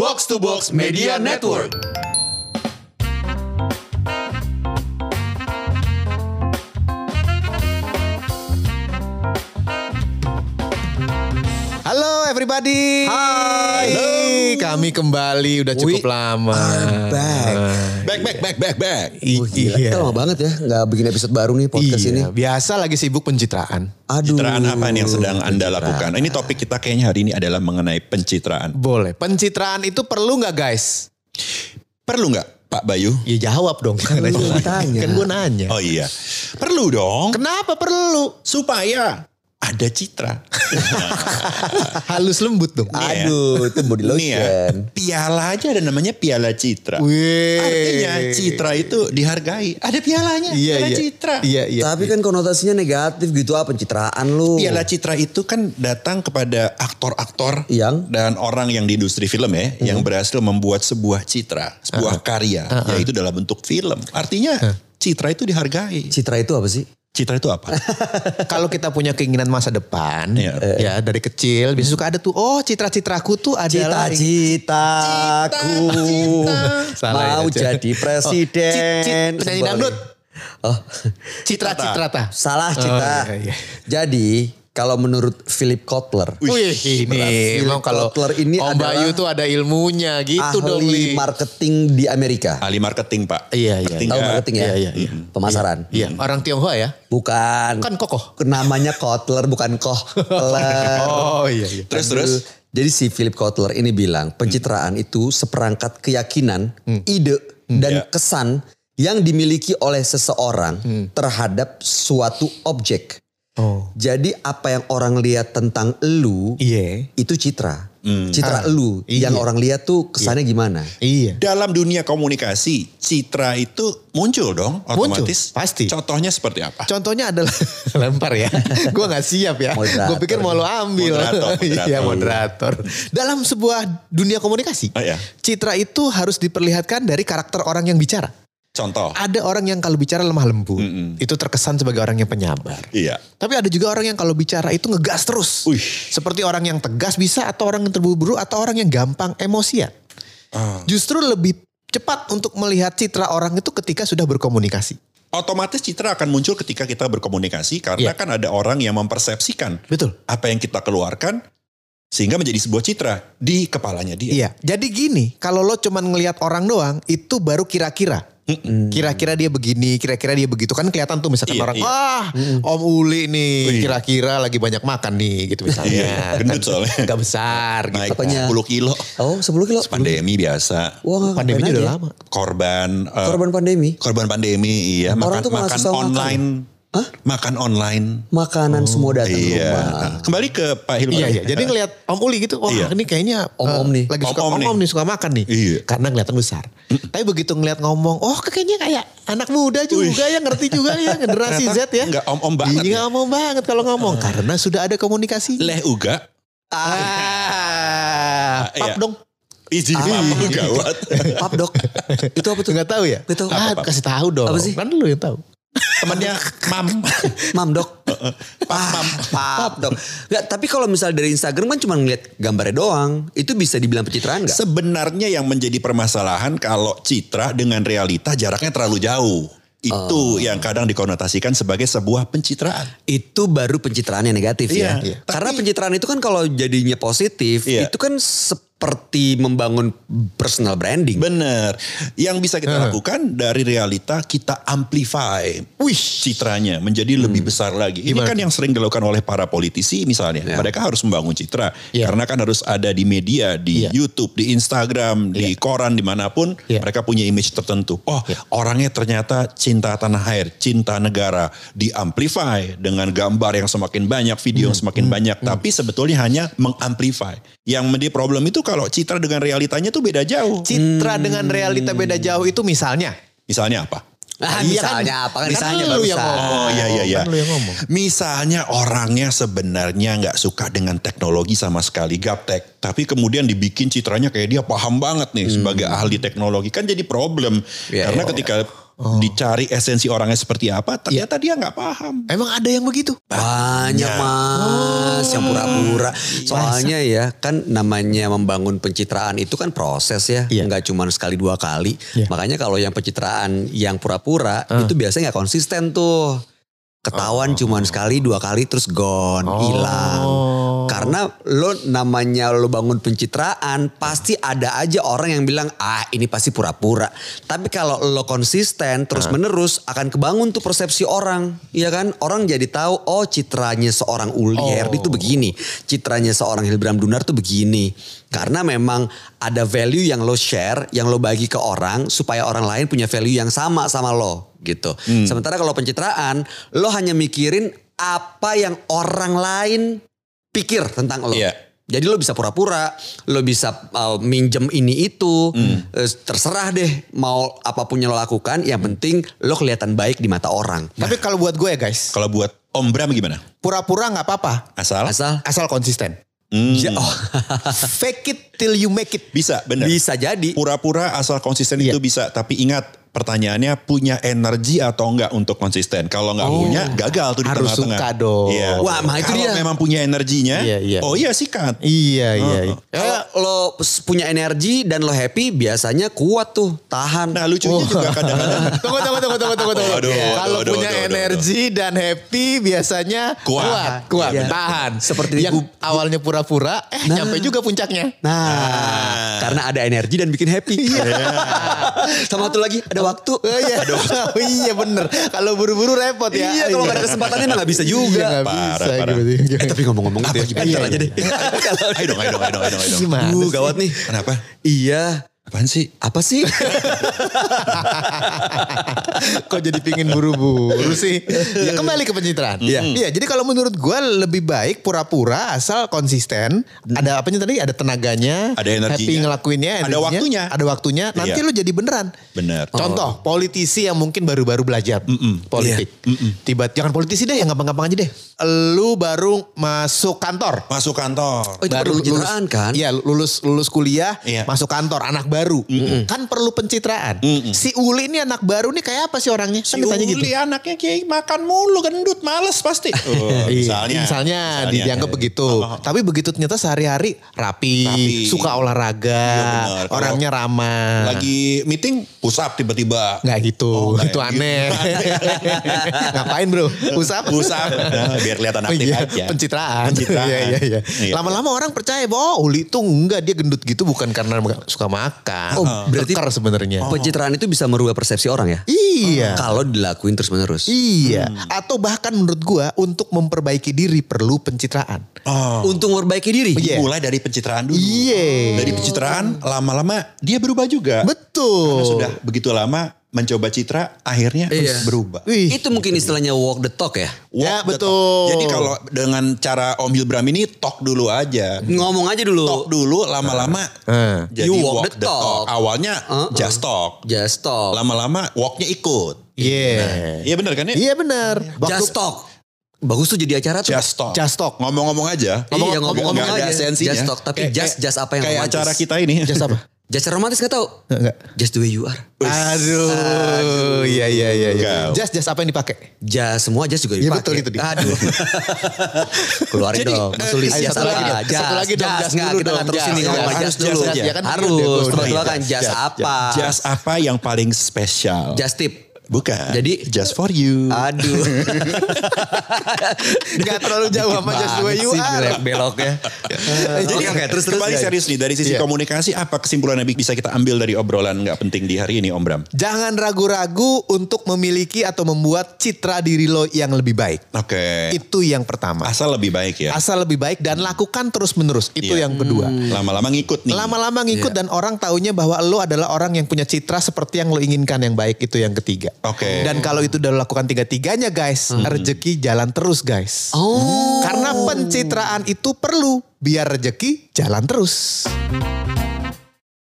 Box to Box Media Network. Halo everybody. Hai. Halo. Kami kembali udah cukup lama. Back. Iya. Kita lama banget ya gak bikin episode baru nih podcast ini. Biasa lagi sibuk pencitraan. Aduh. Pencitraan apa nih yang sedang Anda lakukan? Ini topik kita kayaknya hari ini adalah mengenai pencitraan. Boleh. Pencitraan itu perlu gak guys? Perlu nggak Pak Bayu? Ya jawab dong. Kan gue nanya. Oh iya. Perlu dong. Kenapa perlu? Supaya ada citra. Halus lembut dong. Iya. Aduh, itu body Nih ya, lotion. piala aja ada namanya piala citra. Wih. Artinya citra itu dihargai. Ada pialanya, piala citra. Iya. Tapi kan konotasinya negatif gitu, pencitraan lu. Piala citra itu kan datang kepada aktor-aktor Yang? dan orang yang di industri film ya, yang berhasil membuat sebuah citra, sebuah karya, yaitu dalam bentuk film. Artinya citra itu dihargai. Citra itu apa sih? Citra itu apa? Kalau kita punya keinginan masa depan, Iya. ya dari kecil biasa suka ada tuh, oh citra-citraku tuh adalah Cita-citaku Salah mau ya, jadi presiden. penyanyi dangdut. Oh, Citra-citrata. salah Cita. Oh, iya. Jadi kalau menurut Philip Kotler, Wih, ini emang kalau Kotler ini Om adalah Bayu tuh ada ilmunya gitu dong. ahli Li. marketing di Amerika. Ahli marketing Pak. Iya. Marketing Tahu nggak? marketing ya? Iya. Pemasaran. Iya, orang Tionghoa ya. Bukan. Kan kokoh. Namanya Kotler bukan Kohler. Oh iya. Terus. Jadi si Philip Kotler ini bilang pencitraan itu seperangkat keyakinan, ide dan kesan yang dimiliki oleh seseorang terhadap suatu objek. Oh. Jadi apa yang orang lihat tentang elu Iya. itu citra. Citra elu iya. yang orang lihat tuh kesannya gimana? Iya. Dalam dunia komunikasi, citra itu muncul dong otomatis. pasti. Contohnya seperti apa? Contohnya adalah lempar ya. Gue gak siap ya. Moderator. Gue pikir mau lo ambil. Moderator. Iya moderator. Dalam sebuah dunia komunikasi. Oh, iya. Citra itu harus diperlihatkan dari karakter orang yang bicara. Contoh. Ada orang yang kalau bicara lemah lembut. Itu terkesan sebagai orang yang penyabar. Iya. Tapi ada juga orang yang kalau bicara itu ngegas terus. Wih. Seperti orang yang tegas bisa, atau orang yang terburu-buru, atau orang yang gampang emosian. Justru lebih cepat untuk melihat citra orang itu ketika sudah berkomunikasi. Otomatis citra akan muncul ketika kita berkomunikasi karena kan ada orang yang mempersepsikan Betul. apa yang kita keluarkan sehingga menjadi sebuah citra di kepalanya dia. Iya. Jadi gini, kalau lo cuman ngelihat orang doang, itu baru kira-kira. Kira-kira dia begini, kira-kira dia begitu. Kan kelihatan tuh misalkan Iya, orang, iya. wah Om Uli nih, Wih. kira-kira lagi banyak makan nih gitu misalnya. Iya, gendut soalnya. Gak besar gitu. Naik Apanya? 10 kilo. Oh 10 kilo. Pandemi biasa. Wah, Pandeminya ngapain udah aja? lama. Korban pandemi. korban pandemi, iya. Orang tuh malah makan susah makan. online. Makan online. Makanan semua datang ke Iya. rumah. Nah, kembali ke Pak Hilman. Iya. Jadi ngelihat Om Uli gitu, wah Iya. ini kayaknya Om-om nih. lagi suka Om-om om-om nih suka makan nih. Iya. Karena kelihatan besar. Tapi begitu ngelihat ngomong, oh kayaknya kayak anak muda juga ya, ngerti juga ya generasi Z ya. Enggak om-om banget. Iya om-om banget kalau ngomong karena sudah ada komunikasi. Leh uga. Pap Iya. dong. Izin apa gawat. Pap dok. Itu apa tuh? Nggak tahu ya? Nggak tahu. Ah, kasih tahu dong. Apa sih? Kan lu yang tahu. Temannya Mam. Mam dok. Pap dok. Nggak, tapi kalau misalnya dari Instagram kan cuma ngeliat gambarnya doang. Itu bisa dibilang pencitraan gak? Sebenarnya yang menjadi permasalahan kalau citra dengan realita jaraknya terlalu jauh. Itu yang kadang dikonotasikan sebagai sebuah pencitraan. Itu baru pencitraan yang negatif ya. Iya. Karena pencitraan itu kan kalau jadinya positif. Iya. Itu kan seperti membangun personal branding. Bener. Yang bisa kita lakukan dari realita kita amplify. Citranya menjadi lebih besar lagi. Ini kan yang sering dilakukan oleh para politisi misalnya. Mereka harus membangun citra. Iya. Karena kan harus ada di media, di YouTube, di Instagram, di koran, dimanapun. Iya. Mereka punya image tertentu. Oh orangnya ternyata cinta tanah air, cinta negara. Di-amplify dengan gambar yang semakin banyak, video yang semakin banyak. Tapi sebetulnya hanya mengamplify. Yang menjadi problem itu kalau citra dengan realitanya tuh beda jauh. Citra dengan realita beda jauh itu misalnya. Misalnya apa? Misalnya apa kan? Misalnya Misalnya lu yang barusan. ngomong. Oh iya. Kan lu yang ngomong. Misalnya orangnya sebenarnya nggak suka dengan teknologi sama sekali, gaptek. Tapi kemudian dibikin citranya kayak dia paham banget nih sebagai ahli teknologi. Kan jadi problem. Iya, Karena iya. ketika Dicari esensi orangnya seperti apa, ternyata dia nggak paham. Emang ada yang begitu? Banyak mas yang pura-pura. Soalnya ya kan namanya membangun pencitraan itu kan proses ya. Iya. Nggak cuma sekali 2 kali. Iya. Makanya kalau yang pencitraan yang pura-pura itu biasanya nggak konsisten tuh. Ketahuan cuma sekali 2 kali terus gone, hilang. Karena lo namanya lo bangun pencitraan pasti ada aja orang yang bilang ini pasti pura-pura. Tapi kalau lo konsisten terus menerus akan kebangun tuh persepsi orang. Iya kan? Orang jadi tahu citranya seorang Uli Herdi tuh begini. Citranya seorang Hilbram Dunar tuh begini. Karena memang ada value yang lo share, yang lo bagi ke orang supaya orang lain punya value yang sama lo gitu. Sementara kalau pencitraan lo hanya mikirin apa yang orang lain pikir tentang lo. Iya. Jadi lo bisa pura-pura, lo bisa minjem ini itu, terserah deh mau apapun yang lo lakukan, yang penting lo kelihatan baik di mata orang. Tapi kalau buat gue ya guys, Kalau buat Om Bram gimana? pura-pura nggak apa-apa, Asal konsisten. Fake it till you make it. Bisa, benar. bisa jadi. Pura-pura asal konsisten itu bisa. Tapi ingat, pertanyaannya punya energi atau enggak untuk konsisten. Kalau enggak punya, gagal tuh di Harus tengah-tengah. suka dong. Iya. Wah, mah itu Kalau dia. memang punya energinya, Iya. sikat. Iya. Kalau lo punya energi dan lo happy, biasnya kuat tuh, tahan. Nah, lucunya juga kadang-kadang Tunggu. Aduh, Kalau aduh, punya aduh, energi dan happy biasanya Kuat. kuat, Iya. tahan. Seperti yang gua- awalnya pura-pura, nyampe juga puncaknya. Nah, karena ada energi dan bikin happy. Sama satu lagi, ada waktu. Oh iya bener. Kalau buru-buru repot ya. Iya, kalau gak ada kesempatannya nggak bisa juga. Iya, nggak Parah. bisa. Tapi ngomong-ngomong itu ya, Iya, aja deh. Ayo dong. Gimana sih? Gawat nih. Kenapa? Iya. Apaan sih? Apa sih? Kok jadi pingin buru-buru sih? Ya kembali ke pencitraan. Iya, jadi kalau menurut gue lebih baik pura-pura asal konsisten. Ada apanya tadi? Ada tenaganya. Ada energinya. Happy ngelakuinnya. Ada energinya, waktunya. Ada waktunya. Nanti Iya. lu jadi beneran. Bener. Contoh, politisi yang mungkin baru-baru belajar politik. Jangan politisi deh, yang gampang-gampang aja deh. Lu baru masuk kantor. Masuk kantor. Oh, itu perlu pencitraan kan? Iya, lulus kuliah, Iya. masuk kantor, anak baru. Kan perlu pencitraan. Si Uli ini anak baru nih kayak apa sih orangnya? Kan ditanya gitu. Uli anaknya kayak makan mulu, gendut, males pasti. Misalnya dianggap begitu. Tapi begitu ternyata sehari-hari rapi, suka olahraga, Iya, benar. orangnya ramah. Lagi meeting push up tiba-tiba. Nggak gitu, nggak itu ya, aneh. Ngapain bro? Usap? Push up. Nah, biar kelihatan aktif aja. Pencitraan. Pencitraan. Iya. Iya. Lama-lama orang percaya bahwa Uli tuh enggak, dia gendut gitu bukan karena suka makan. berarti- Keker sebenarnya. Pencitraan itu bisa merubah persepsi orang ya? Iya. Kalau dilakuin terus-menerus. Iya. Atau bahkan menurut gua untuk memperbaiki diri perlu pencitraan. Untuk memperbaiki diri. Iya. Mulai dari pencitraan dulu. Iya. Dari pencitraan lama-lama dia berubah juga. Betul. Karena sudah begitu lama mencoba citra, akhirnya Iya. berubah. Wih. Itu mungkin istilahnya walk the talk ya? Ya, Walk the betul. talk. Jadi kalau dengan cara Om Hilbram ini talk dulu aja. Ngomong aja dulu. Talk dulu, lama-lama jadi You walk the talk. Awalnya just talk. Just talk. Lama-lama walknya ikut. Iya. Iya benar kan ya? Iya benar. Just talk. Bagus tuh jadi acara tuh. Just talk. Just talk. Ngomong-ngomong aja. Iya, ngomong-ngomong Nggak ada aja. esensinya. Just talk. Tapi just apa yang Kayak romantis? acara kita ini. Just apa? Just romantis gak tau? Enggak. Just the way you are. Aduh. Iya. Gaul. Just apa yang dipakai? Just semua just juga Iya, dipakai. betul itu dia. Aduh. Keluarin Jadi, dong. Mas Sulis ayo, just satu lagi apa? dong, satu lagi dong, just Nggak, dulu kita dong, nggak terusin just. nih ngomong Harus just just dulu. aja. Ya kan, Harus. betul. Teman-teman kan just apa? Just apa yang paling spesial? Just tip. Bukan. Jadi- just for you. Aduh. Gak terlalu jauh sama just the way you are. Beloknya. Jadi Oke, terus kembali serius nih dari sisi Iya. komunikasi, apa kesimpulan yang bisa kita ambil dari obrolan nggak penting di hari ini Om Bram? Jangan ragu-ragu untuk memiliki atau membuat citra diri lo yang lebih baik. Oke. Itu yang pertama. Asal lebih baik ya. Asal lebih baik dan lakukan terus-menerus. Itu Iya. yang kedua. Lama-lama ngikut nih. Lama-lama ngikut dan orang taunya bahwa lo adalah orang yang punya citra seperti yang lo inginkan yang baik. Itu yang ketiga. Oke. Dan kalau itu udah lo lakukan tiga-tiganya guys, rezeki jalan terus guys. Oh. Karena pencitraan itu perlu biar rezeki jalan terus.